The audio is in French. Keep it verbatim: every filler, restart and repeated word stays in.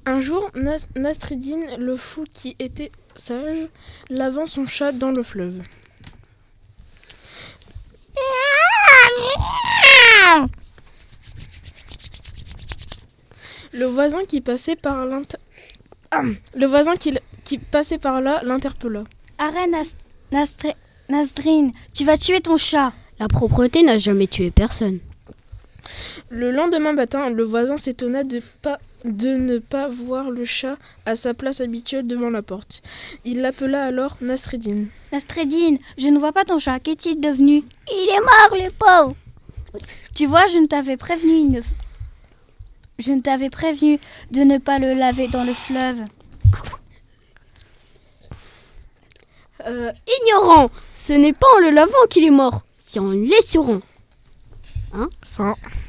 Un jour, Nas- Nasreddin, le fou qui était sage, lavant son chat dans le fleuve. Le voisin qui passait par l'inter... ah, le voisin qui, qui passait par là l'interpella. Arrête, Nas- Nastre- Nasreddin, tu vas tuer ton chat. La propreté n'a jamais tué personne. Le lendemain matin, le voisin s'étonna de, pas, de ne pas voir le chat à sa place habituelle devant la porte. Il l'appela alors Nasreddin. Nasreddin, je ne vois pas ton chat, qu'est-il devenu? Il est mort, le pauvre. Tu vois, je ne t'avais prévenu, il ne... je ne t'avais prévenu de ne pas le laver dans le fleuve. Euh, ignorant, ce n'est pas en le lavant qu'il est mort, c'est en le laisseront. Fin.